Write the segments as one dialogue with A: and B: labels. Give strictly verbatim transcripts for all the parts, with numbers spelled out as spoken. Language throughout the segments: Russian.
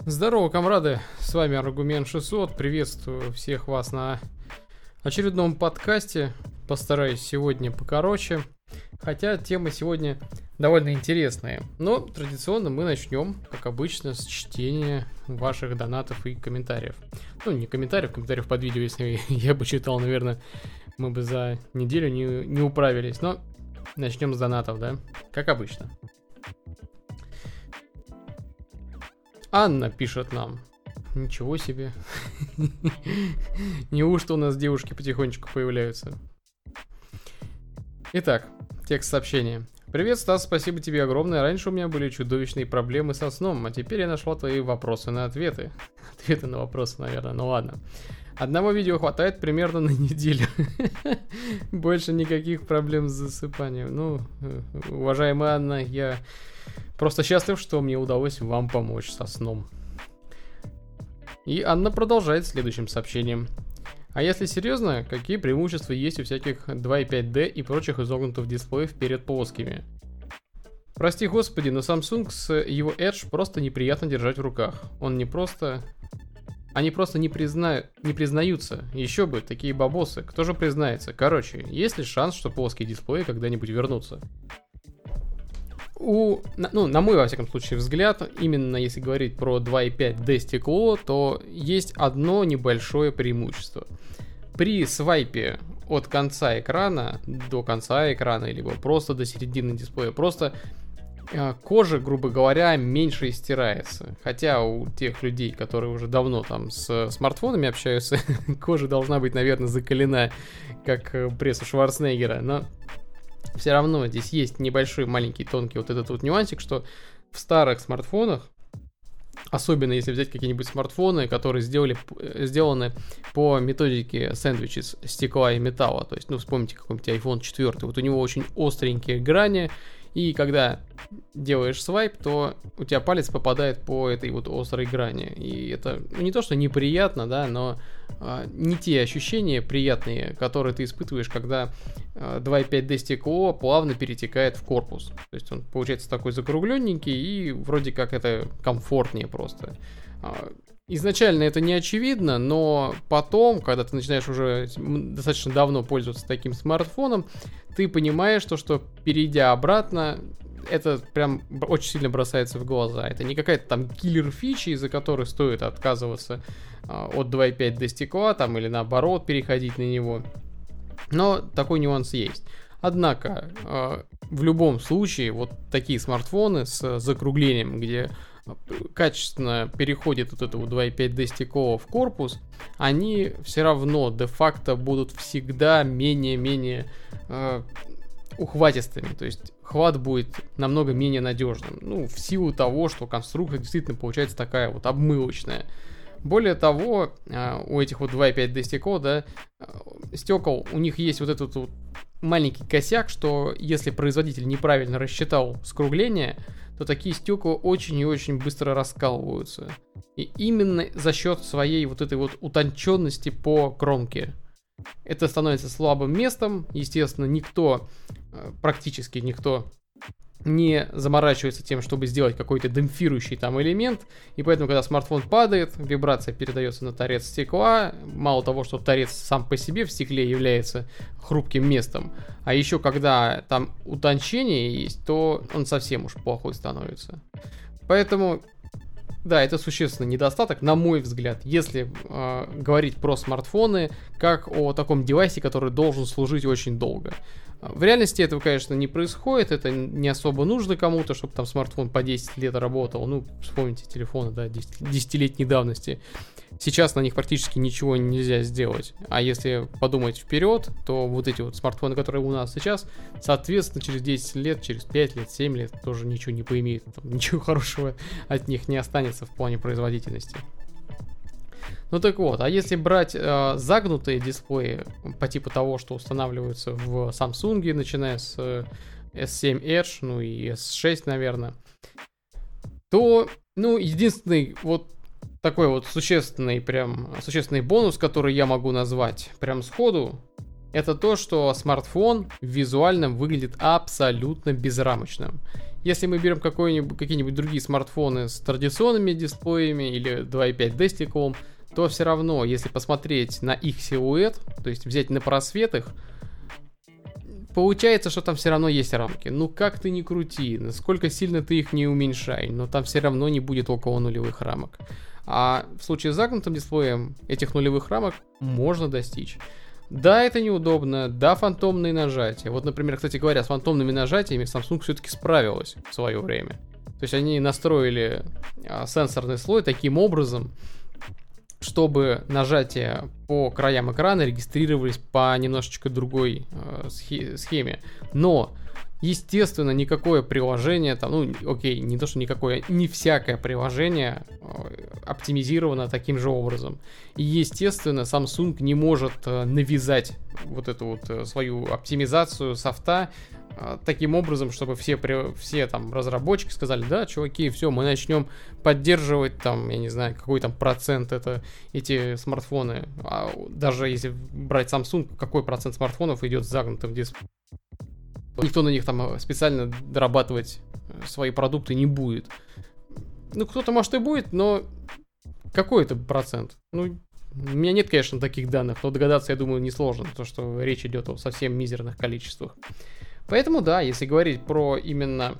A: Здорово, комрады, с вами Аргумент шестьсот, приветствую всех вас на очередном подкасте, постараюсь сегодня покороче, хотя тема сегодня довольно интересная, но традиционно мы начнем, как обычно, с чтения ваших донатов и комментариев. Ну, не комментариев, комментариев под видео, если я бы читал, наверное, мы бы за неделю не, не управились, но начнем с донатов, да, как обычно. Анна пишет нам. Ничего себе. Неужто у нас девушки потихонечку появляются? Итак, текст сообщения. Привет, Стас, спасибо тебе огромное. Раньше у меня были чудовищные проблемы со сном, а теперь я нашла твои вопросы на ответы. Ответы на вопросы, наверное, ну ладно. Одного видео хватает примерно на неделю. Больше никаких проблем с засыпанием. Ну, уважаемая Анна, я... просто счастлив, что мне удалось вам помочь со сном. И Анна продолжает следующим сообщением. А если серьезно, какие преимущества есть у всяких два и пять дэ и прочих изогнутых дисплеев перед плоскими? Прости господи, но Samsung с его Edge просто неприятно держать в руках. Он не просто... Они просто не, призна... не признаются. Еще бы, такие бабосы. Кто же признается? Короче, есть ли шанс, что плоские дисплеи когда-нибудь вернутся? У, ну, на мой, во всяком случае, взгляд, именно если говорить про два и пять дэ стекло, то есть одно небольшое преимущество. При свайпе от конца экрана до конца экрана, либо просто до середины дисплея, просто э, кожа, грубо говоря, меньше стирается. Хотя у тех людей, которые уже давно там с смартфонами общаются, кожа должна быть, наверное, закалена, как пресс у Шварценеггера, но... все равно здесь есть небольшой, маленький, тонкий вот этот вот нюансик, что в старых смартфонах, особенно если взять какие-нибудь смартфоны, которые сделали, сделаны по методике сэндвича из стекла и металла, то есть, ну, вспомните какой-нибудь айфон четыре, вот у него очень остренькие грани, и когда делаешь свайп, то у тебя палец попадает по этой вот острой грани. И это, ну, не то, что неприятно, да, но а, не те ощущения приятные, которые ты испытываешь, когда а, два и пять дэ стекло плавно перетекает в корпус. То есть он получается такой закругленненький, и вроде как это комфортнее просто. А, изначально это не очевидно, но потом, когда ты начинаешь уже достаточно давно пользоваться таким смартфоном, ты понимаешь, то, что перейдя обратно, это прям очень сильно бросается в глаза. Это не какая-то там киллер-фича, из-за которой стоит отказываться а, от два и пять дэ стекла, там, или наоборот переходить на него. Но такой нюанс есть. Однако, а, в любом случае, вот такие смартфоны с закруглением, где качественно переходит вот это вот два и пять дэ стекло в корпус, они все равно де-факто будут всегда менее-менее э, ухватистыми, то есть хват будет намного менее надежным, ну, в силу того, что конструкция действительно получается такая вот обмылочная. Более того, э, у этих вот два и пять дэ стекол, да, э, стекол, у них есть вот этот вот маленький косяк, что если производитель неправильно рассчитал скругление, то такие стекла очень и очень быстро раскалываются. И именно за счет своей вот этой вот утонченности по кромке. Это становится слабым местом. Естественно, никто, практически никто, не заморачивается тем, чтобы сделать какой-то демпфирующий там элемент. И поэтому, когда смартфон падает, вибрация передается на торец стекла. Мало того, что торец сам по себе в стекле является хрупким местом, а еще когда там утончение есть, то он совсем уж плохой становится. Поэтому, да, это существенный недостаток, на мой взгляд, если э, говорить про смартфоны как о таком девайсе, который должен служить очень долго. В реальности этого, конечно, не происходит, это не особо нужно кому-то, чтобы там смартфон по десять лет работал. Ну, вспомните телефоны, да, десятилетней давности. Сейчас на них практически ничего нельзя сделать. А если подумать вперед, то вот эти вот смартфоны, которые у нас сейчас, соответственно, через десять лет, через пять лет, семь лет тоже ничего не поимеют. Там ничего хорошего от них не останется в плане производительности. Ну так вот, а если брать э, загнутые дисплеи по типу того, что устанавливаются в Samsung, начиная с э, эс семь Edge, ну и эс шесть, наверное, то, ну, единственный вот такой вот существенный прям, существенный бонус, который я могу назвать прям сходу, это то, что смартфон визуально выглядит абсолютно безрамочным. Если мы берем какой-нибудь, какие-нибудь другие смартфоны с традиционными дисплеями или два и пять дэ стеклом, то все равно, если посмотреть на их силуэт, то есть взять на просвет их, получается, что там все равно есть рамки. Ну как ты ни крути, насколько сильно ты их не уменьшай, но там все равно не будет около нулевых рамок. А в случае с загнутым дисплеем этих нулевых рамок можно достичь. Да, это неудобно, да, фантомные нажатия. Вот, например, кстати говоря, с фантомными нажатиями Samsung все-таки справилась в свое время. То есть они настроили а, сенсорный слой таким образом, чтобы нажатия по краям экрана регистрировались по немножечко другой э, схеме. Но, естественно, никакое приложение, там, ну, окей, не то, что никакое, не всякое приложение э, оптимизировано таким же образом. И, естественно, Samsung не может э, навязать вот эту вот э, свою оптимизацию софта э, таким образом, чтобы все, все там разработчики сказали: да, чуваки, все, мы начнем поддерживать там, я не знаю, какой там процент это эти смартфоны. А даже если брать Samsung, какой процент смартфонов идет с загнутым дисплеем? Никто на них там специально дорабатывать свои продукты не будет. Ну, кто-то, может, и будет, но какой это процент? Ну, у меня нет, конечно, таких данных, но догадаться, я думаю, несложно, то что речь идет о совсем мизерных количествах. Поэтому, да, если говорить про именно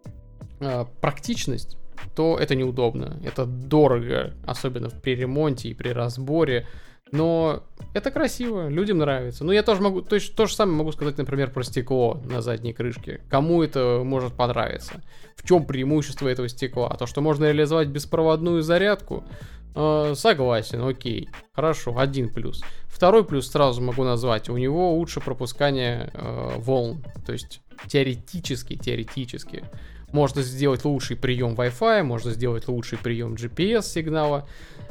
A: э, практичность, то это неудобно, это дорого, особенно при ремонте и при разборе. Но это красиво, людям нравится. Ну, я тоже могу, то есть то же самое могу сказать, например, про стекло на задней крышке. Кому это может понравиться? В чем преимущество этого стекла? То, что можно реализовать беспроводную зарядку? Э, согласен, окей, хорошо, один плюс. Второй плюс сразу могу назвать: у него лучше пропускание э, волн. То есть теоретически, теоретически можно сделать лучший прием Wi-Fi, можно сделать лучший прием джи пи эс сигнала.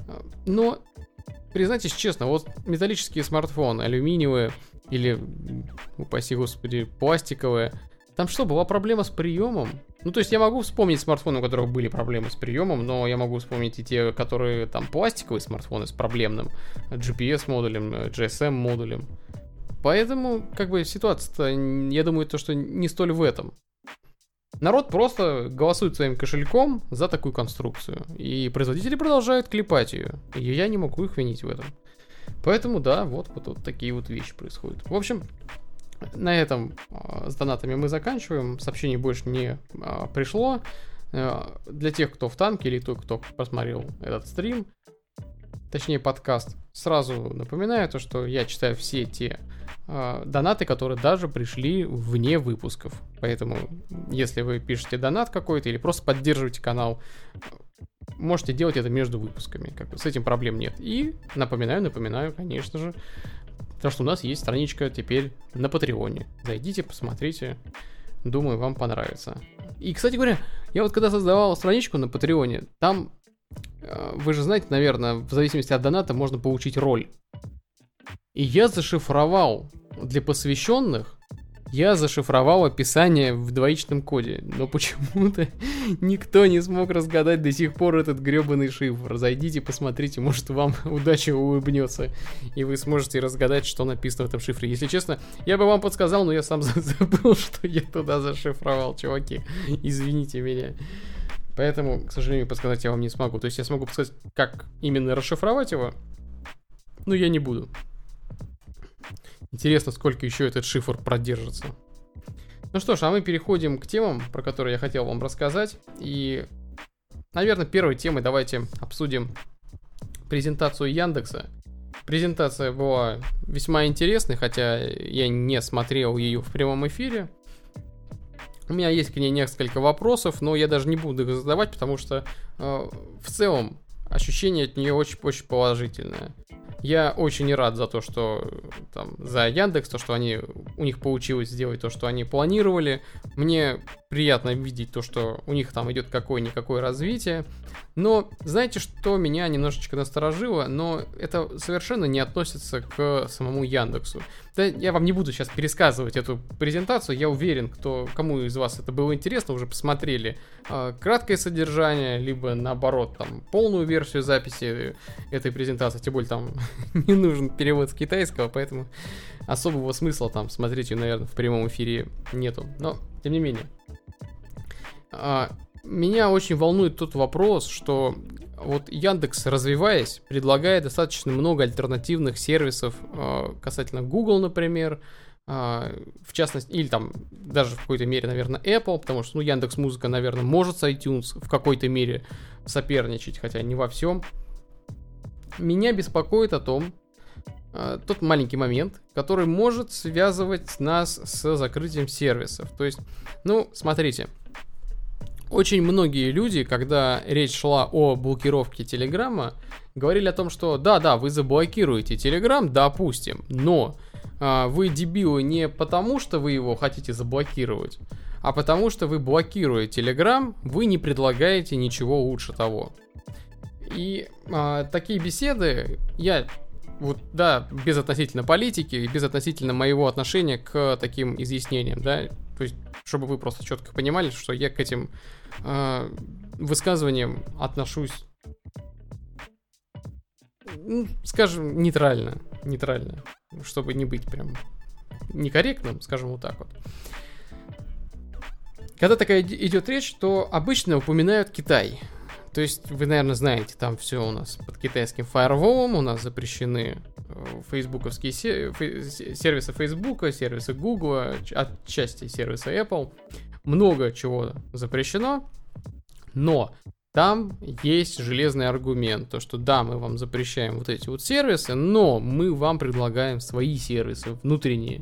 A: Но признайтесь честно, вот металлические смартфоны, алюминиевые или, упаси господи, пластиковые, там что, была проблема с приемом? Ну, то есть я могу вспомнить смартфоны, у которых были проблемы с приемом, но я могу вспомнить и те, которые там пластиковые смартфоны с проблемным джи пи эс модулем, джи эс эм модулем. Поэтому, как бы, ситуация-то, я думаю, то, что не столь в этом. Народ просто голосует своим кошельком за такую конструкцию. И производители продолжают клепать ее. И я не могу их винить в этом. Поэтому, да, вот, вот, вот такие вот вещи происходят. В общем, на этом э, с донатами мы заканчиваем. Сообщений больше не э, пришло. Э, для тех, кто в танке или тот, кто посмотрел этот стрим, точнее подкаст, сразу напоминаю то, что я читаю все те э, донаты, которые даже пришли вне выпусков. Поэтому, если вы пишете донат какой-то или просто поддерживаете канал, можете делать это между выпусками. Как бы с этим проблем нет. И напоминаю, напоминаю, конечно же, то, что у нас есть страничка теперь на Патреоне. Зайдите, посмотрите. Думаю, вам понравится. И, кстати говоря, я вот когда создавал страничку на Патреоне, там, вы же знаете, наверное, в зависимости от доната можно получить роль. И я зашифровал для посвященных, я зашифровал описание в двоичном коде. Но почему-то никто не смог разгадать до сих пор этот гребаный шифр. Зайдите, посмотрите, может вам удача улыбнется, и вы сможете разгадать, что написано в этом шифре. Если честно, я бы вам подсказал, но я сам забыл, что я туда зашифровал, чуваки. Извините меня. Поэтому, к сожалению, подсказать я вам не смогу. То есть я смогу подсказать, как именно расшифровать его, но я не буду. Интересно, сколько еще этот шифр продержится. Ну что ж, а мы переходим к темам, про которые я хотел вам рассказать. И, наверное, первой темой давайте обсудим презентацию Яндекса. Презентация была весьма интересной, хотя я не смотрел ее в прямом эфире. У меня есть к ней несколько вопросов, но я даже не буду их задавать, потому что э, в целом ощущение от нее очень-очень положительное. Я очень рад за то, что там, за Яндекс, то, что они, у них получилось сделать то, что они планировали. Мне приятно видеть то, что у них там идет какое-никакое развитие. Но знаете, что меня немножечко насторожило? Но это совершенно не относится к самому Яндексу. Да, я вам не буду сейчас пересказывать эту презентацию. Я уверен, кто, кому из вас это было интересно, уже посмотрели э, краткое содержание, либо наоборот, там, полную версию записи этой презентации. Тем более там не нужен перевод с китайского, поэтому особого смысла там смотреть ее, наверное, в прямом эфире нету. Но, тем не менее. Меня очень волнует тот вопрос, что вот Яндекс, развиваясь, предлагает достаточно много альтернативных сервисов касательно Google, например, в частности, или там даже в какой-то мере, наверное, Apple, потому что, ну, Яндекс.Музыка, наверное, может с iTunes в какой-то мере соперничать, хотя не во всем. Меня беспокоит о том, тот маленький момент, который может связывать нас с закрытием сервисов. То есть, ну, смотрите, очень многие люди, когда речь шла о блокировке Телеграма, говорили о том, что да-да, вы заблокируете Телеграм, допустим, но а, вы дебилы не потому, что вы его хотите заблокировать, а потому что вы, блокируя Телеграм, вы не предлагаете ничего лучше того. И а, такие беседы я... Вот, да, без относительно политики и без относительно моего отношения к таким изъяснениям, да, то есть, чтобы вы просто четко понимали, что я к этим э, высказываниям отношусь, ну, скажем, нейтрально, нейтрально, чтобы не быть прям некорректным, скажем вот так вот. Когда такая идет речь, то обычно упоминают Китай. То есть, вы, наверное, знаете, там все у нас под китайским фаерволом, у нас запрещены фейсбуковские сервисы Фейсбука, сервисы Гугла, отчасти сервисы Apple. Много чего запрещено, но там есть железный аргумент, то что да, мы вам запрещаем вот эти вот сервисы, но мы вам предлагаем свои сервисы внутренние.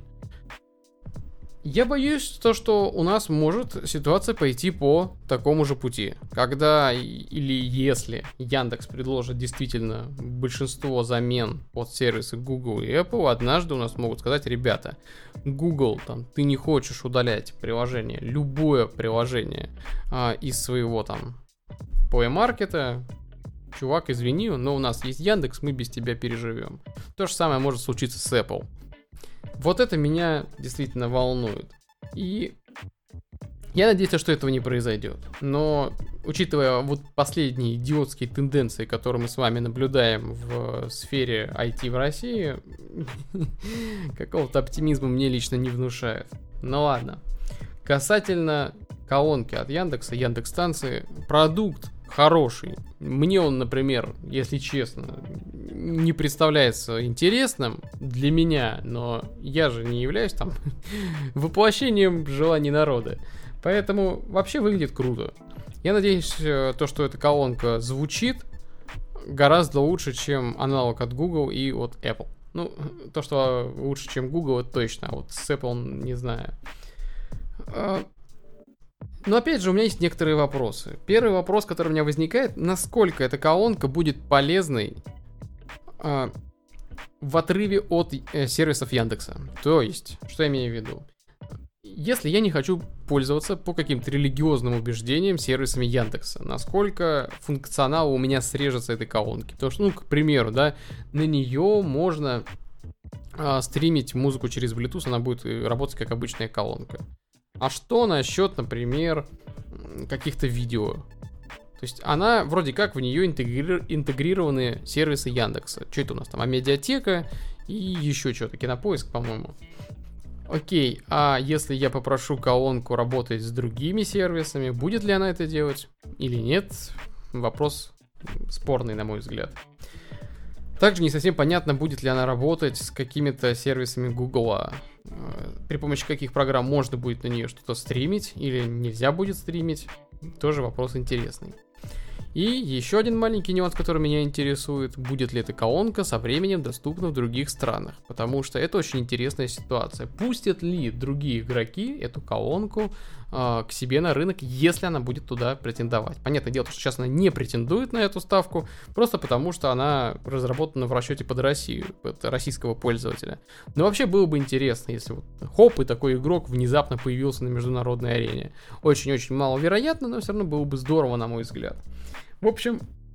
A: Я боюсь, то, что у нас может ситуация пойти по такому же пути. Когда или если Яндекс предложит действительно большинство замен под сервисы Google и Apple, однажды у нас могут сказать: ребята, Google, там, ты не хочешь удалять приложение, любое приложение а, из своего там Play Market, чувак, извини, но у нас есть Яндекс, мы без тебя переживем. То же самое может случиться с Apple. Вот это меня действительно волнует. И я надеюсь, что этого не произойдет. Но, учитывая вот последние идиотские тенденции, которые мы с вами наблюдаем в сфере ай ти в России, какого-то оптимизма мне лично не внушает. Ну ладно. Касательно колонки от Яндекса, Яндекс.Станции, продукт хороший. Мне он, например, если честно, не представляется интересным для меня, но я же не являюсь там воплощением желаний народа. Поэтому вообще выглядит круто. Я надеюсь, то, что эта колонка звучит гораздо лучше, чем аналог от Google и от Apple. Ну, то, что лучше, чем Google, это точно, а вот с Apple не знаю. Но опять же, у меня есть некоторые вопросы. Первый вопрос, который у меня возникает: насколько эта колонка будет полезной э, в отрыве от э, сервисов Яндекса. То есть, что я имею в виду? Если я не хочу пользоваться по каким-то религиозным убеждениям сервисами Яндекса, насколько функционал у меня срежется этой колонки? Потому что, ну, к примеру, да, на нее можно э, стримить музыку через Bluetooth, она будет работать как обычная колонка. А что насчет, например, каких-то видео? То есть она, вроде как, в нее интегри... интегрированы сервисы Яндекса. Что это у нас там? Амедиатека и еще что-то. Кинопоиск, по-моему. Окей, а если я попрошу колонку работать с другими сервисами, будет ли она это делать или нет? Вопрос спорный, на мой взгляд. Также не совсем понятно, будет ли она работать с какими-то сервисами Гугла. При помощи каких программ можно будет на нее что-то стримить или нельзя будет стримить. Тоже вопрос интересный. И еще один маленький нюанс, который меня интересует: будет ли эта колонка со временем доступна в других странах, потому что это очень интересная ситуация. Пустят ли другие игроки эту колонку э, к себе на рынок, если она будет туда претендовать? Понятное дело, что сейчас она не претендует на эту ставку, просто потому что она разработана в расчете под Россию, под российского пользователя. Но вообще было бы интересно, если вот хоп, и такой игрок внезапно появился на международной арене. Очень-очень маловероятно, но все равно было бы здорово, на мой взгляд. В общем,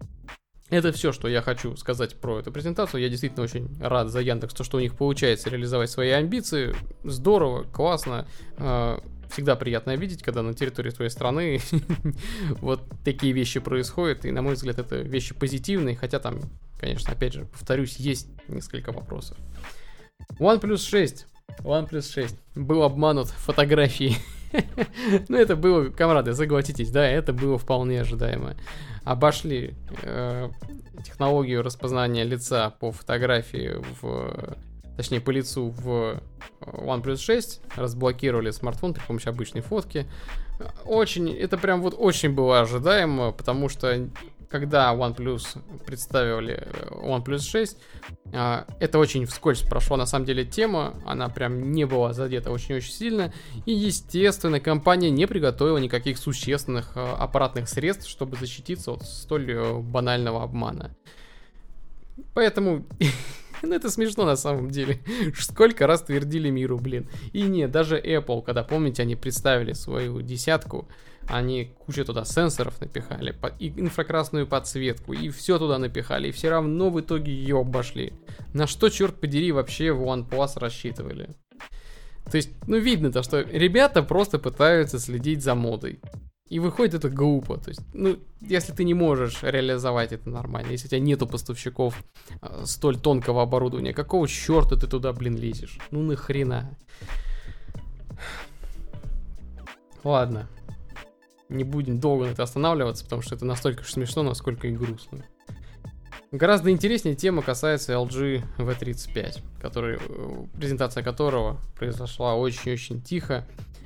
A: это все, что я хочу сказать про эту презентацию. Я действительно очень рад за Яндекс, то, что у них получается реализовать свои амбиции. Здорово, классно. Всегда приятно видеть, когда на территории твоей страны вот такие вещи происходят. И, на мой взгляд, это вещи позитивные. Хотя там, конечно, опять же, повторюсь, есть несколько вопросов. OnePlus шесть. OnePlus шесть был обманут фотографией Ну, это было, комрады, согласитесь, да, это было вполне ожидаемо. Обошли э, технологию распознания лица по фотографии, в, точнее, по лицу в OnePlus шесть, разблокировали смартфон при помощи обычной фотки. Очень, это прям вот очень было ожидаемо, потому что когда OnePlus представили OnePlus шесть, это очень вскользь прошла на самом деле тема, она прям не была задета очень-очень сильно, и, естественно, компания не приготовила никаких существенных аппаратных средств, чтобы защититься от столь банального обмана. Поэтому... Ну, это смешно на самом деле. Сколько раз твердили миру, блин. И нет, даже Apple, когда, помните, они представили свою десятку, они кучу туда сенсоров напихали, и инфракрасную подсветку, и все туда напихали, и все равно в итоге ее обошли. На что, черт подери, вообще в OnePlus рассчитывали? То есть, ну, видно то, что ребята просто пытаются следить за модой. И выходит это глупо. То есть, ну, если ты не можешь реализовать это нормально, если у тебя нету поставщиков э, столь тонкого оборудования, какого черта ты туда, блин, лезешь? Ну нахрена? Ладно. Не будем долго на это останавливаться, потому что это настолько же смешно, насколько и грустно. Гораздо интереснее тема касается эл джи ви тридцать пять, который, презентация которого произошла очень-очень тихо.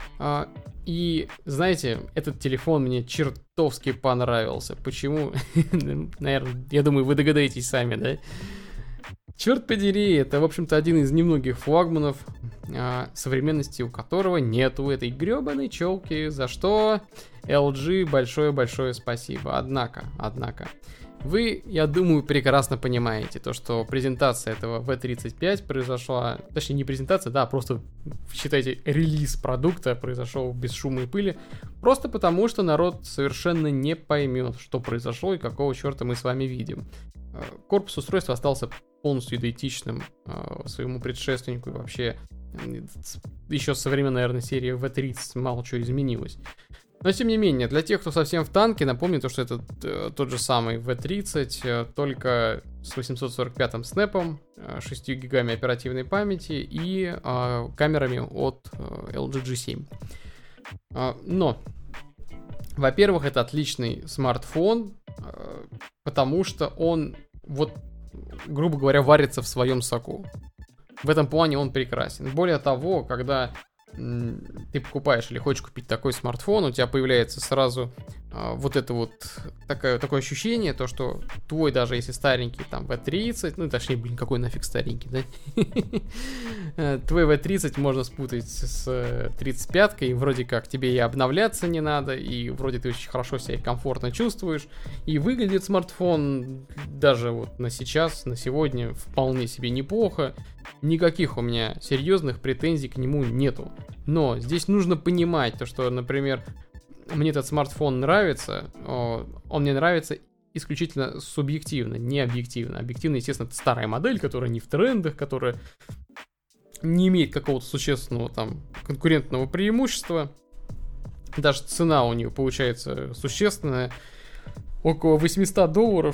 A: И, знаете, этот телефон мне чертовски понравился. Почему? Наверное, я думаю, вы догадаетесь сами, да? Черт подери, это, в общем-то, один из немногих флагманов, современности у которого нету этой гребаной челки, за что эл джи большое-большое спасибо. Однако, однако... Вы, я думаю, прекрасно понимаете то, что презентация этого ви тридцать пять произошла, точнее не презентация, да, просто считайте релиз продукта произошел без шума и пыли, просто потому что народ совершенно не поймет, что произошло и какого черта мы с вами видим. Корпус устройства остался полностью идентичным э, своему предшественнику и вообще э, еще со времен, наверное, серии ви тридцать мало чего изменилось. Но, тем не менее, для тех, кто совсем в танке, напомню то, что это э, тот же самый ви тридцать, э, только с восемьсот сорок пятым снэпом, э, шестью гигами оперативной памяти и э, камерами от э, эл джи джи семь. Э, но, во-первых, это отличный смартфон, э, потому что он, вот, грубо говоря, варится в своем соку. В этом плане он прекрасен. Более того, когда... ты покупаешь или хочешь купить такой смартфон, у тебя появляется сразу а, вот это вот такое, такое ощущение, то, что твой, даже если старенький, там, ви тридцать, ну, точнее, блин, какой нафиг старенький, да? Твой ви тридцать можно спутать с тридцать пяткой, вроде как тебе и обновляться не надо, и вроде ты очень хорошо себя и комфортно чувствуешь, и выглядит смартфон даже вот на сейчас, на сегодня вполне себе неплохо. Никаких у меня серьезных претензий к нему нету. Но здесь нужно понимать то, что, например, мне этот смартфон нравится, он мне нравится исключительно субъективно, не объективно. Объективно, естественно, это старая модель, которая не в трендах, которая не имеет какого-то существенного там конкурентного преимущества. Даже цена у нее получается существенная, около восемьсот долларов,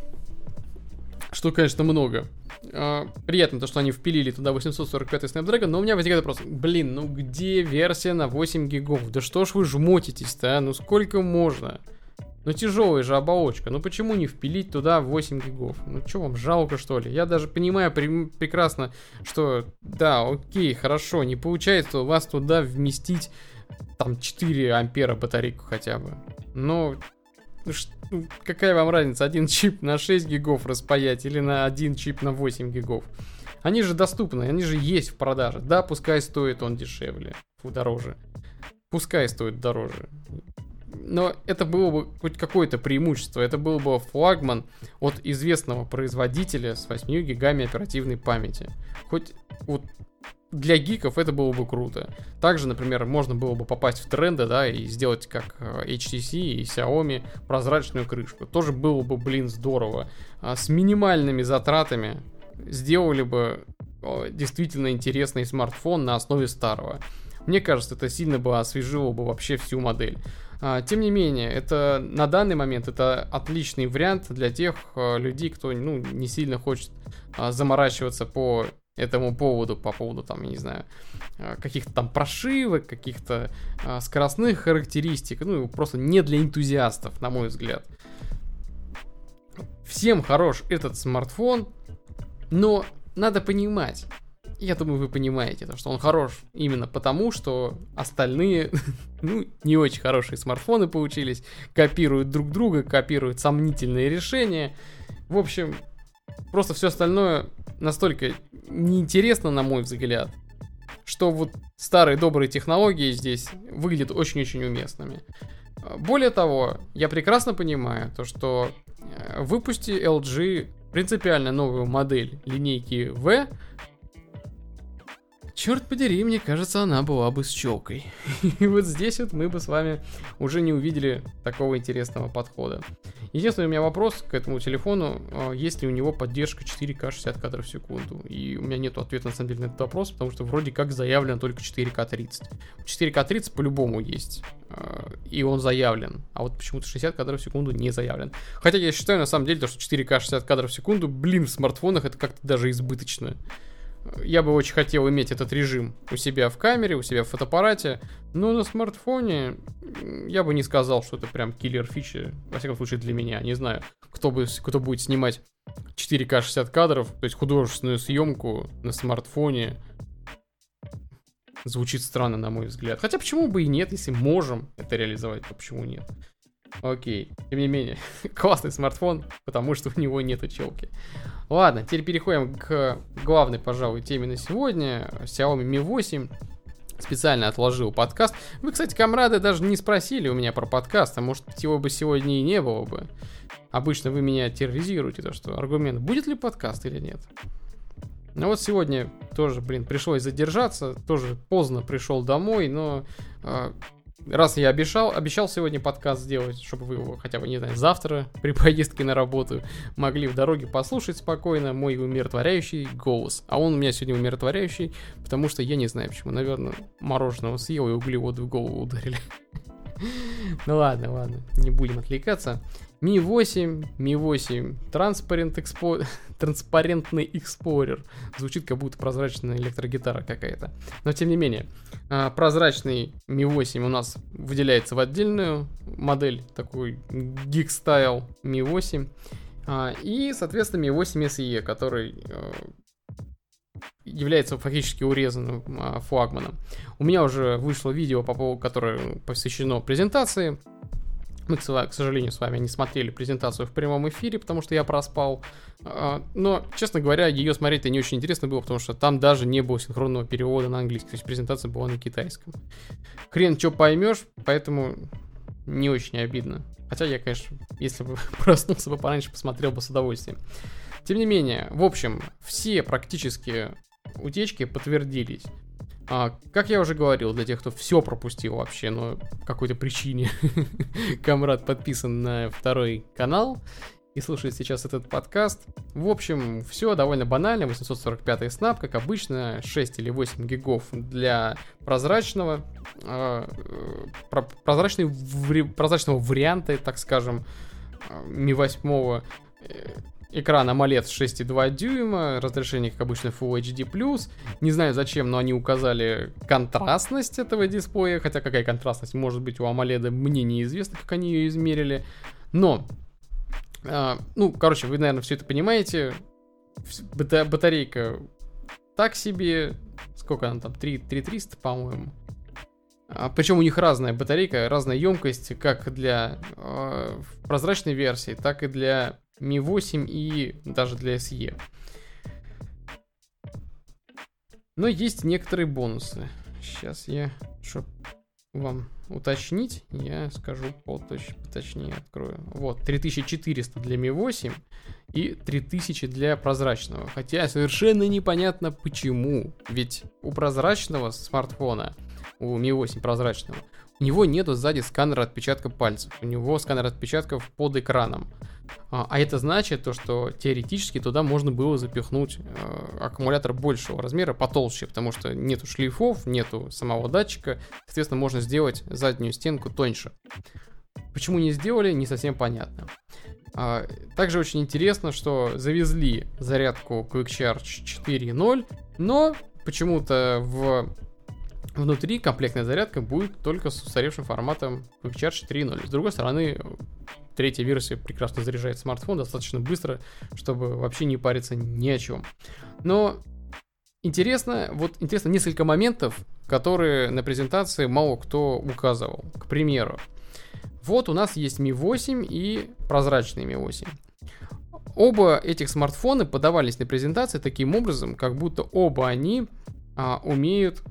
A: что, конечно, много. Приятно то, что они впилили туда восемьсот сорок пятый Snapdragon, но у меня возникает вопрос: блин, ну где версия на восемь гигов? Да что ж вы жмотитесь-то, а? Ну сколько можно? Ну тяжелая же оболочка, ну почему не впилить туда восемь гигов? Ну что вам, жалко что ли? Я даже понимаю при- прекрасно, что да, окей, хорошо, не получается у вас туда вместить там четыре ампера батарейку хотя бы. Но... Ну, какая вам разница, один чип на шесть гигов распаять или на один чип на восемь гигов? Они же доступны, они же есть в продаже. Да, пускай стоит он дешевле, дороже. Пускай стоит дороже. Но это было бы хоть какое-то преимущество. Это был бы флагман от известного производителя с восемью гигами оперативной памяти. Хоть вот для гиков это было бы круто. Также, например, можно было бы попасть в тренды, да, и сделать как эйч ти си и Xiaomi прозрачную крышку. Тоже было бы, блин, здорово. А с минимальными затратами сделали бы действительно интересный смартфон на основе старого. Мне кажется, это сильно бы освежило бы вообще всю модель. Тем не менее, это на данный момент это отличный вариант для тех людей, кто, ну, не сильно хочет заморачиваться по этому поводу, по поводу, там, я не знаю, каких-то там прошивок, каких-то а, скоростных характеристик, ну, просто не для энтузиастов, на мой взгляд. Всем хорош этот смартфон, но надо понимать, я думаю, вы понимаете, что он хорош именно потому, что остальные, ну, не очень хорошие смартфоны получились, копируют друг друга, копируют сомнительные решения. В общем, просто все остальное настолько неинтересно, на мой взгляд, что вот старые добрые технологии здесь выглядят очень-очень уместными. Более того, я прекрасно понимаю то, что выпусти эл джи принципиально новую модель линейки V, черт подери, мне кажется, она была бы с челкой. И вот здесь вот мы бы с вами уже не увидели такого интересного подхода. Единственный у меня вопрос к этому телефону, есть ли у него поддержка четыре ка шестьдесят кадров в секунду. И у меня нет ответа на самом деле на этот вопрос, потому что вроде как заявлено только четыре ка тридцать. четыре ка тридцать по-любому есть, и он заявлен. А вот почему-то шестьдесят кадров в секунду не заявлен. Хотя я считаю на самом деле, то, что четыре ка шестьдесят кадров в секунду, блин, в смартфонах это как-то даже избыточно. Я бы очень хотел иметь этот режим у себя в камере, у себя в фотоаппарате, но на смартфоне я бы не сказал, что это прям киллер фича, во всяком случае для меня. Не знаю, кто, бы, кто будет снимать четыре ка шестьдесят кадров, то есть художественную съемку на смартфоне. Звучит странно, на мой взгляд. Хотя почему бы и нет, если можем это реализовать, то почему нет? Окей, тем не менее, классный смартфон, потому что у него нету челки. Ладно, теперь переходим к главной, пожалуй, теме на сегодня. Xiaomi ми восемь. Специально отложил подкаст. Вы, кстати, комрады, даже не спросили у меня про подкаст, а может быть его бы сегодня и не было бы. Обычно вы меня терроризируете, то что аргумент, будет ли подкаст или нет. Ну вот сегодня тоже, блин, пришлось задержаться, тоже поздно пришел домой, но... Раз я обещал, обещал сегодня подкаст сделать, чтобы вы его хотя бы, не знаю, завтра при поездке на работу могли в дороге послушать спокойно мой умиротворяющий голос. А он у меня сегодня умиротворяющий, потому что я не знаю почему. Наверное, мороженого съел и углеводы в голову ударили. Ну ладно, ладно, не будем отвлекаться. ми восемь, ми восемь Transparent Expo... Транспарентный Explorer. Звучит как будто прозрачная электрогитара какая-то. Но тем не менее, прозрачный ми восемь у нас выделяется в отдельную модель, такой Geek Style ми восемь. И, соответственно, ми восемь эс и, который является фактически урезанным флагманом. У меня уже вышло видео, по поводу, которое посвящено презентации. Мы, к сожалению, с вами не смотрели презентацию в прямом эфире, потому что я проспал. Но, честно говоря, ее смотреть-то не очень интересно было, потому что там даже не было синхронного перевода на английский. То есть презентация была на китайском. Хрен что поймешь, поэтому не очень обидно. Хотя я, конечно, если бы проснулся бы пораньше, посмотрел бы с удовольствием. Тем не менее, в общем, все практически утечки подтвердились. А, как я уже говорил, для тех, кто все пропустил вообще, но по какой-то причине Камрад подписан на второй канал и слушает сейчас этот подкаст. В общем, все довольно банально. восемьсот сорок пятый снап, как обычно, шесть или восемь гигов для прозрачного, э, прозрачный, прозрачного варианта, так скажем, ми восемь. Экран AMOLED шесть и два дюйма, разрешение, как обычно, Full эйч ди плюс. Не знаю зачем, но они указали контрастность этого дисплея, хотя какая контрастность может быть у AMOLED, мне неизвестно, как они ее измерили. Но, э, ну, короче, вы, наверное, все это понимаете. Бата- батарейка так себе, сколько она там, три тысячи триста, по-моему. А, причем у них разная батарейка, разная емкость, как для э, прозрачной версии, так и для ми восемь и даже для эс и. Но есть некоторые бонусы. Сейчас я, чтобы вам уточнить, я скажу поточ- поточнее, открою. Вот, три тысячи четыреста для ми восемь и три тысячи для прозрачного. Хотя совершенно непонятно почему. Ведь у прозрачного смартфона, у ми восемь прозрачного, у него нету сзади сканера отпечатка пальцев. У него сканер отпечатков под экраном. А, а это значит, то, что теоретически туда можно было запихнуть э, аккумулятор большего размера, потолще, потому что нету шлейфов, нету самого датчика. Соответственно, можно сделать заднюю стенку тоньше. Почему не сделали, не совсем понятно. А, также очень интересно, что завезли зарядку Quick Charge четыре ноль Но почему-то в... внутри комплектная зарядка будет только с устаревшим форматом Quick Charge четыре ноль. С другой стороны, третья версия прекрасно заряжает смартфон достаточно быстро, чтобы вообще не париться ни о чем. Но интересно, вот интересно несколько моментов, которые на презентации мало кто указывал. К примеру, вот у нас есть ми восемь и прозрачный ми восемь. Оба этих смартфона подавались на презентации таким образом, как будто оба они а, умеют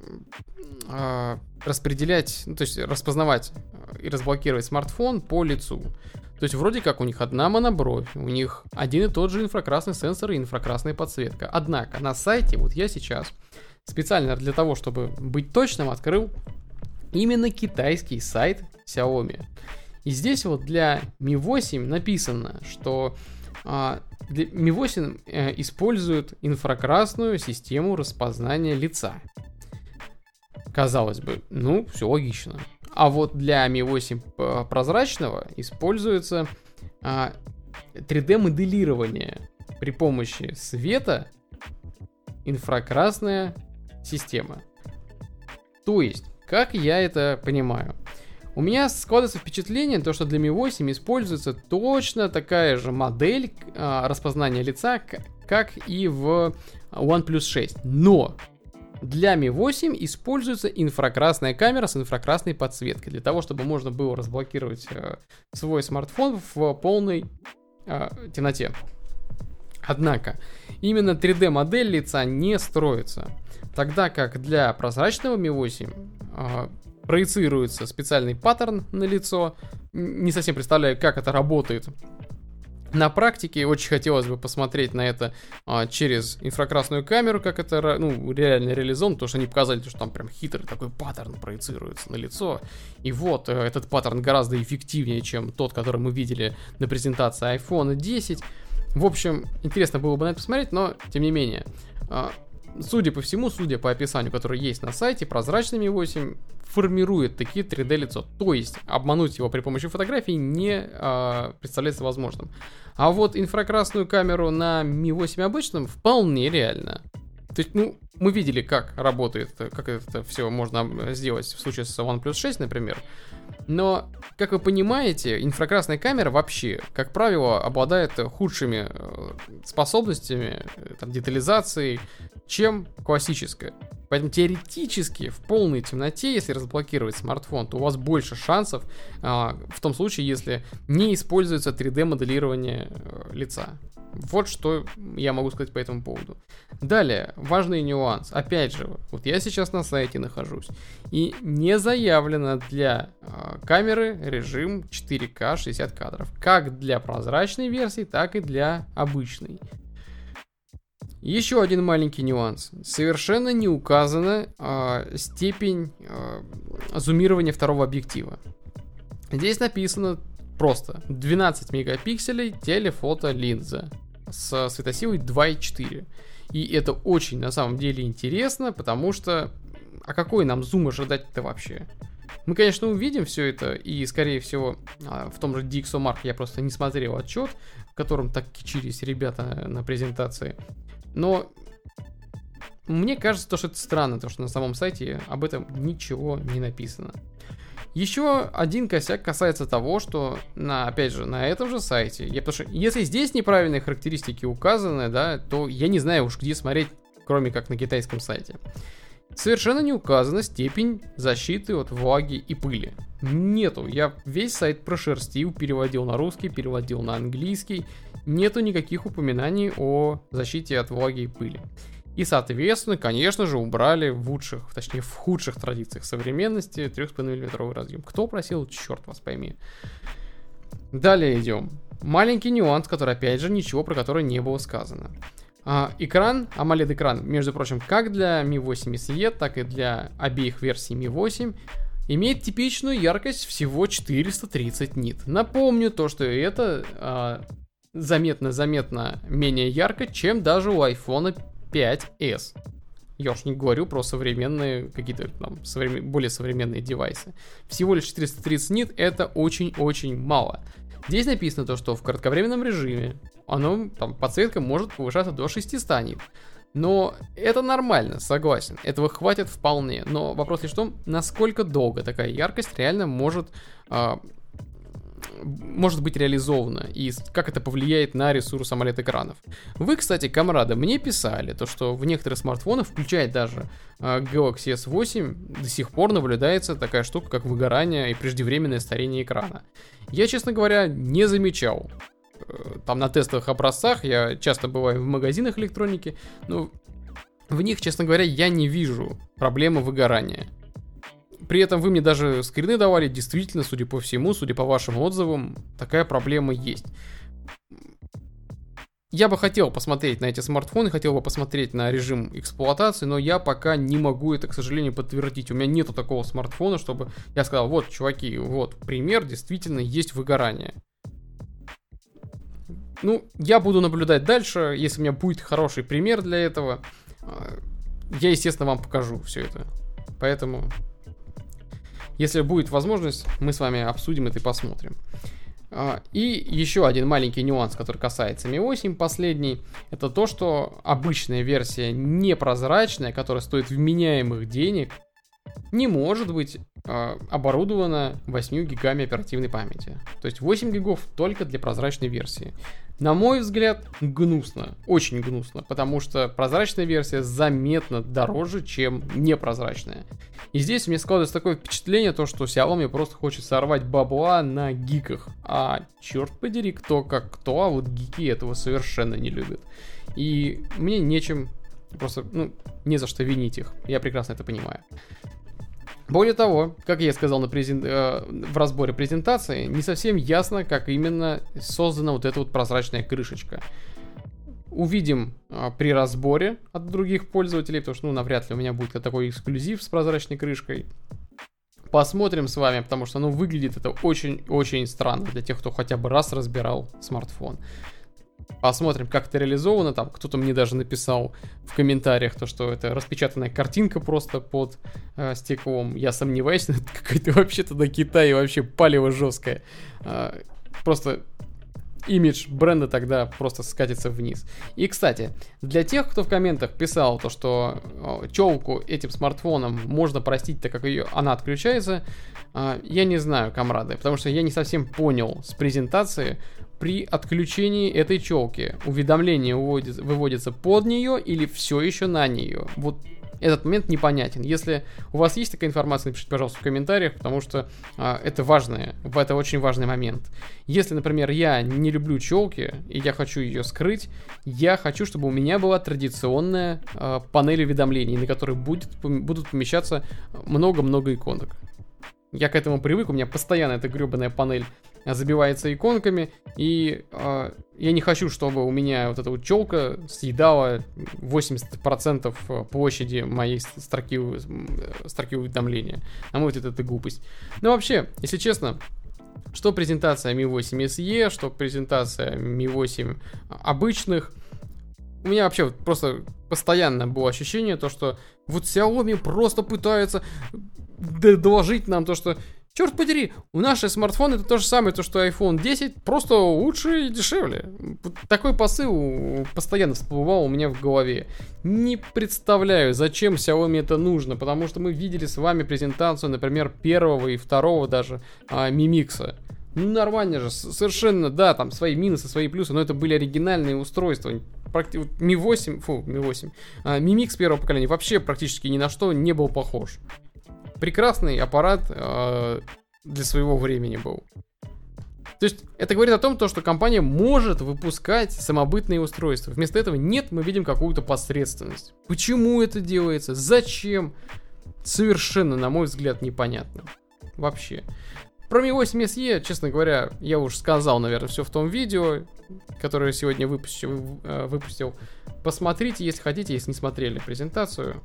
A: а, распределять, ну, то есть распознавать и разблокировать смартфон по лицу. То есть вроде как у них одна монобровь, у них один и тот же инфракрасный сенсор и инфракрасная подсветка. Однако на сайте, вот я сейчас специально для того, чтобы быть точным, открыл именно китайский сайт Xiaomi. И здесь вот для ми восемь написано, что а, для ми восемь э, использует инфракрасную систему распознания лица. Казалось бы, ну, все логично. А вот для ми восемь прозрачного используется а, три дэ-моделирование при помощи света, инфракрасная система. То есть, как я это понимаю? У меня складывается впечатление, то, что для ми восемь используется точно такая же модель а, распознания лица, как и в OnePlus шесть. Но для ми восемь используется инфракрасная камера с инфракрасной подсветкой, для того, чтобы можно было разблокировать э, свой смартфон в полной э, темноте. Однако, именно три дэ-модель лица не строится, тогда как для прозрачного ми восемь э, проецируется специальный паттерн на лицо. Не совсем представляю, как это работает на практике. Очень хотелось бы посмотреть на это а, через инфракрасную камеру, как это, ну, реально реализовано, потому что они показали, что там прям хитрый такой паттерн проецируется на лицо. И вот, этот паттерн гораздо эффективнее, чем тот, который мы видели на презентации айфон десять. В общем, интересно было бы на это посмотреть, но, тем не менее, а, судя по всему, судя по описанию, которое есть на сайте, прозрачный ми восемь формирует такие три дэ-лицо. То есть, обмануть его при помощи фотографий не а, представляется возможным. А вот инфракрасную камеру на ми восемь обычном вполне реально. То есть, ну, мы видели, как работает, как это все можно сделать в случае с OnePlus шесть, например. Но, как вы понимаете, инфракрасная камера вообще, как правило, обладает худшими способностями, там, детализацией, чем классическая. Поэтому теоретически в полной темноте, если разблокировать смартфон, то у вас больше шансов а, в том случае, если не используется три дэ-моделирование а, лица. Вот что я могу сказать по этому поводу. Далее, важный нюанс. Опять же, вот я сейчас на сайте нахожусь, и не заявлено для э, камеры режим четыре ка шестьдесят кадров. Как для прозрачной версии, так и для обычной. Еще один маленький нюанс. Совершенно не указана э, степень э, зумирования второго объектива. Здесь написано просто двенадцать мегапикселей телефото линза с светосилой два и четыре. И это очень на самом деле интересно, потому что а какой нам зум ожидать-то вообще? Мы, конечно, увидим все это, и, скорее всего, в том же DxOMark я просто не смотрел отчет, в котором так кичились ребята на презентации. Но мне кажется, то, что это странно, то, что на самом сайте об этом ничего не написано. Еще один косяк касается того, что, на, опять же, на этом же сайте, я, потому что если здесь неправильные характеристики указаны, да, то я не знаю уж где смотреть, кроме как на китайском сайте. Совершенно не указана степень защиты от влаги и пыли. Нету. Я весь сайт прошерстил, переводил на русский, переводил на английский. Нету никаких упоминаний о защите от влаги и пыли. И, соответственно, конечно же, убрали в лучших, точнее, в худших традициях современности три и пять миллиметровый разъем. Кто просил, черт вас пойми. Далее идем. Маленький нюанс, который, опять же, ничего про который не было сказано. А, экран, AMOLED-экран, между прочим, как для ми восемь эс и, так и для обеих версий ми восемь, имеет типичную яркость всего четыреста тридцать нит. Напомню то, что это заметно-заметно а, менее ярко, чем даже у айфон пять эс. Я уж не говорю про современные, какие-то там современ... более современные девайсы. Всего лишь четыреста тридцать нит — это очень-очень мало. Здесь написано то, что в кратковременном режиме оно, там, подсветка может повышаться до шестисот нит. Но это нормально, согласен. Этого хватит вполне. Но вопрос лишь в том, насколько долго такая яркость реально может, а, может быть реализована. И как это повлияет на ресурс AMOLED-экранов. Вы, кстати, камрады, мне писали, то, что в некоторых смартфонах, включая даже а, Galaxy эс восемь, до сих пор наблюдается такая штука, как выгорание и преждевременное старение экрана. Я, честно говоря, не замечал. Там на тестовых образцах, я часто бываю в магазинах электроники, но в них, честно говоря, я не вижу проблемы выгорания. При этом вы мне даже скрины давали, действительно, судя по всему, судя по вашим отзывам, такая проблема есть. Я бы хотел посмотреть на эти смартфоны, хотел бы посмотреть на режим эксплуатации, но я пока не могу это, к сожалению, подтвердить. У меня нету такого смартфона, чтобы я сказал, вот, чуваки, вот, пример, действительно, есть выгорание. Ну, я буду наблюдать дальше, если у меня будет хороший пример для этого, я, естественно, вам покажу все это. Поэтому, если будет возможность, мы с вами обсудим это и посмотрим. И еще один маленький нюанс, который касается ми восемь, последний, это то, что обычная версия непрозрачная, которая стоит вменяемых денег, не может быть э, оборудована восемью гигами оперативной памяти. То есть восемь гигов только для прозрачной версии. На мой взгляд, гнусно, очень гнусно, потому что прозрачная версия заметно дороже, чем непрозрачная. И здесь мне складывается такое впечатление, то, что Xiaomi просто хочет сорвать бабла на гиках. А черт подери, кто как кто, а вот гики этого совершенно не любят. И мне нечем, просто, ну, не за что винить их. Я прекрасно это понимаю. Более того, как я сказал на презент... э, в разборе презентации, не совсем ясно, как именно создана вот эта вот прозрачная крышечка. Увидим э, при разборе от других пользователей, потому что, ну, навряд ли у меня будет такой эксклюзив с прозрачной крышкой. Посмотрим с вами, потому что, ну, выглядит это очень-очень странно для тех, кто хотя бы раз разбирал смартфон. Посмотрим, как это реализовано. Там кто-то мне даже написал в комментариях, то, что это распечатанная картинка просто под э, стеклом. Я сомневаюсь, это какой-то вообще-то на Китае вообще палево жесткое. Э, просто имидж бренда тогда просто скатится вниз. И, кстати, для тех, кто в комментах писал то, что э, челку этим смартфоном можно простить, так как ее, она отключается, э, я не знаю, камрады, потому что я не совсем понял с презентации. При отключении этой челки уведомление выводится, выводится под нее или все еще на нее. Вот этот момент непонятен. Если у вас есть такая информация, напишите, пожалуйста, в комментариях, потому что а, это важное, это очень важный момент. Если, например, я не люблю челки и я хочу ее скрыть, я хочу, чтобы у меня была традиционная а, панель уведомлений, на которой будет, будут помещаться много-много иконок. Я к этому привык, у меня постоянно эта гребаная панель забивается иконками, и э, я не хочу, чтобы у меня вот эта вот челка съедала восемьдесят процентов площади моей строки, строки уведомления. На мой взгляд, это глупость. Но вообще, если честно, что презентация ми восемь эс и, что презентация ми восемь обычных, у меня вообще просто постоянно было ощущение, то, что вот Xiaomi просто пытается доложить нам то, что черт подери, у наших смартфонов это то же самое, то, что айфон десять, просто лучше и дешевле. Такой посыл постоянно всплывал у меня в голове. Не представляю, зачем Xiaomi это нужно, потому что мы видели с вами презентацию, например, первого и второго даже а, Mi Mix. Ну, нормально же, совершенно, да, там свои минусы, свои плюсы, но это были оригинальные устройства. ми восемь, фу, ми восемь, а, Mi Mix первого поколения вообще практически ни на что не был похож. Прекрасный аппарат э, для своего времени был. То есть это говорит о том, что компания может выпускать самобытные устройства. Вместо этого нет, мы видим какую-то посредственность. Почему это делается? Зачем? Совершенно, на мой взгляд, непонятно. Вообще. Про ми восемь эс и, честно говоря, я уже сказал, наверное, все в том видео, которое сегодня выпустил. выпустил. Посмотрите, если хотите, если не смотрели презентацию.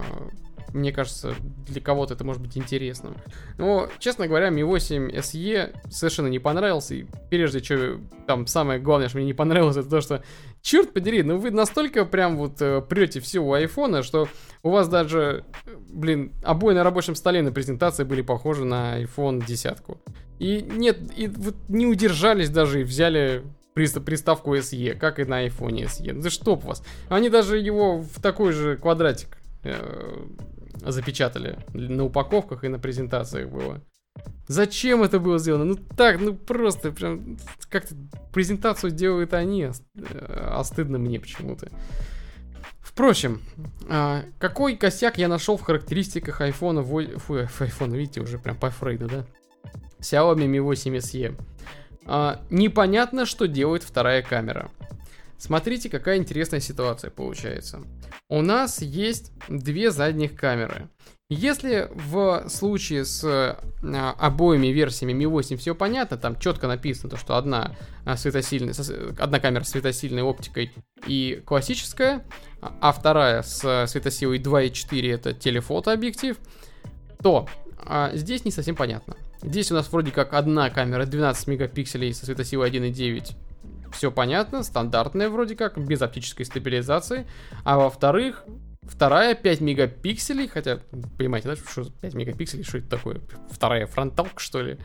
A: Мне кажется, для кого-то это может быть интересным. Но, честно говоря, ми восемь эс и совершенно не понравился. И прежде что, там самое главное, что мне не понравилось, это то, что, черт подери, ну вы настолько прям вот э, прете все у айфона, что у вас даже, блин, обои на рабочем столе на презентации были похожи на айфон десять. И нет, и вот не удержались даже и взяли приставку эс и, как и на iPhone эс и. Да чтоб вас. Они даже его в такой же квадратик э, запечатали. На упаковках и на презентациях было. Зачем это было сделано? Ну так, ну просто прям как-то презентацию делают они, а стыдно мне почему-то. Впрочем, какой косяк я нашел в характеристиках iPhone, фу, iPhone, видите, уже прям по Фрейду, да? Xiaomi ми восемь эс и. Непонятно, что делает вторая камера. Смотрите, какая интересная ситуация получается. У нас есть две задних камеры. Если в случае с а, обоими версиями ми восемь все понятно, там четко написано, то, что одна, а, светосильная, одна камера с светосильной оптикой и классическая, а вторая с светосилой два и четыре это телефотообъектив, то а, здесь не совсем понятно. Здесь у нас вроде как одна камера двенадцать мегапикселей со светосилой один и девять. Все понятно, стандартная вроде как, без оптической стабилизации. А во-вторых, вторая пять мегапикселей, хотя, понимаете, да, что пять мегапикселей, что это такое? Вторая фронталка, что ли?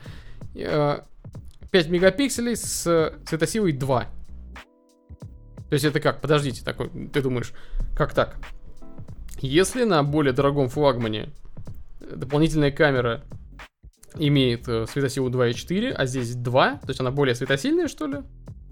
A: пять мегапикселей с светосилой два. То есть это как? Подождите, такой, ты думаешь, как так? Если на более дорогом флагмане дополнительная камера имеет светосилу два и четыре, а здесь два, то есть она более светосильная, что ли?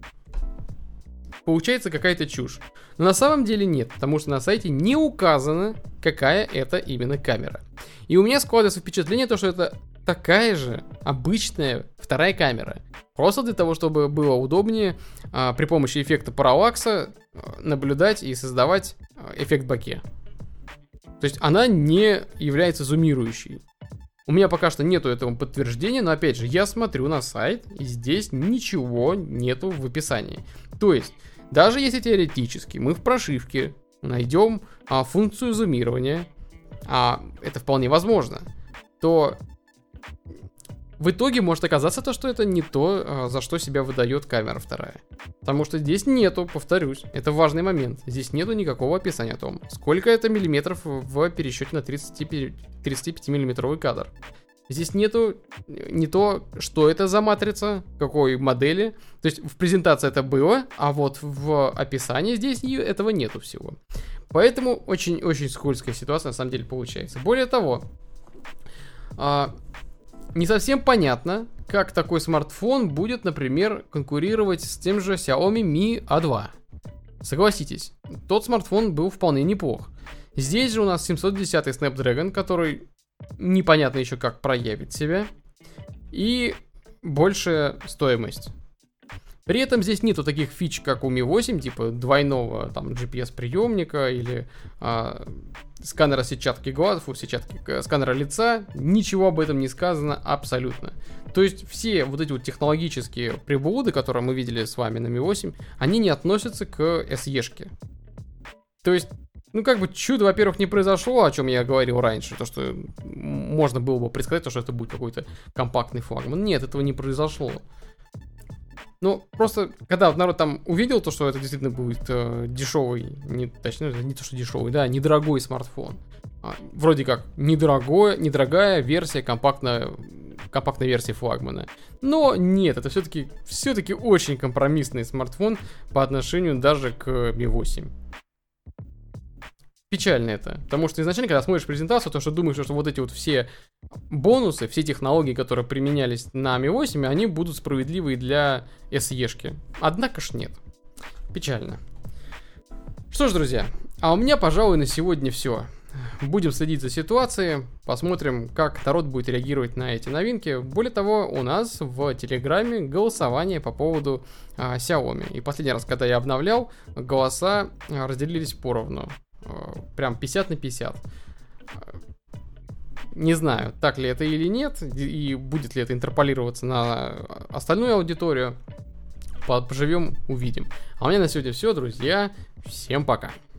A: Получается какая-то чушь. Но на самом деле нет, потому что на сайте не указано, какая это именно камера. И у меня складывается впечатление, то, что это такая же обычная вторая камера. Просто для того, чтобы было удобнее а, при помощи эффекта параллакса а, наблюдать и создавать а, эффект боке. То есть она не является зумирующей. У меня пока что нету этого подтверждения, но опять же, я смотрю на сайт, и здесь ничего нету в описании. То есть, даже если теоретически мы в прошивке найдем а, функцию зумирования, а это вполне возможно, то в итоге может оказаться то, что это не то, а, за что себя выдает камера вторая. Потому что здесь нету, повторюсь, это важный момент, здесь нету никакого описания о том, сколько это миллиметров в пересчете на тридцатипятимиллиметровый кадр. Здесь нету не то, что это за матрица, какой модели. То есть в презентации это было, а вот в описании здесь этого нету всего. Поэтому очень-очень скользкая ситуация на самом деле получается. Более того, не совсем понятно, как такой смартфон будет, например, конкурировать с тем же Xiaomi ми а два. Согласитесь, тот смартфон был вполне неплох. Здесь же у нас семьсот десятый Snapdragon, который непонятно еще как проявит себя, и большая стоимость. При этом здесь нету таких фич, как у ми восемь, типа двойного там джи пи эс-приемника или а, сканера сетчатки глаз, фу, сетчатки, сканера лица. Ничего об этом не сказано абсолютно. То есть все вот эти вот технологические приблуды, которые мы видели с вами на ми восемь, они не относятся к эс и-шке. То есть, ну, как бы чудо, во-первых, не произошло, о чем я говорил раньше, то, что можно было бы предсказать, то, что это будет какой-то компактный флагман. Нет, этого не произошло. Ну, просто, когда вот народ там увидел то, что это действительно будет э, дешевый, не, точнее, не то, что дешевый, да, недорогой смартфон. А, вроде как недорогое, недорогая версия компактная, компактной версии флагмана. Но нет, это все-таки, все-таки очень компромиссный смартфон по отношению даже к ми восемь. Печально это, потому что изначально, когда смотришь презентацию, то что думаешь, что вот эти вот все бонусы, все технологии, которые применялись на ми восемь, они будут справедливы для эс и-шки. Однако ж нет. Печально. Что ж, друзья, а у меня, пожалуй, на сегодня все. Будем следить за ситуацией, посмотрим, как народ будет реагировать на эти новинки. Более того, у нас в Телеграме голосование по поводу а, Xiaomi. И последний раз, когда я обновлял, голоса а, разделились поровну. Прям пятьдесят на пятьдесят. Не знаю, так ли это или нет, и будет ли это интерполироваться на остальную аудиторию. Поживем, увидим. А у меня на сегодня все, друзья. Всем пока.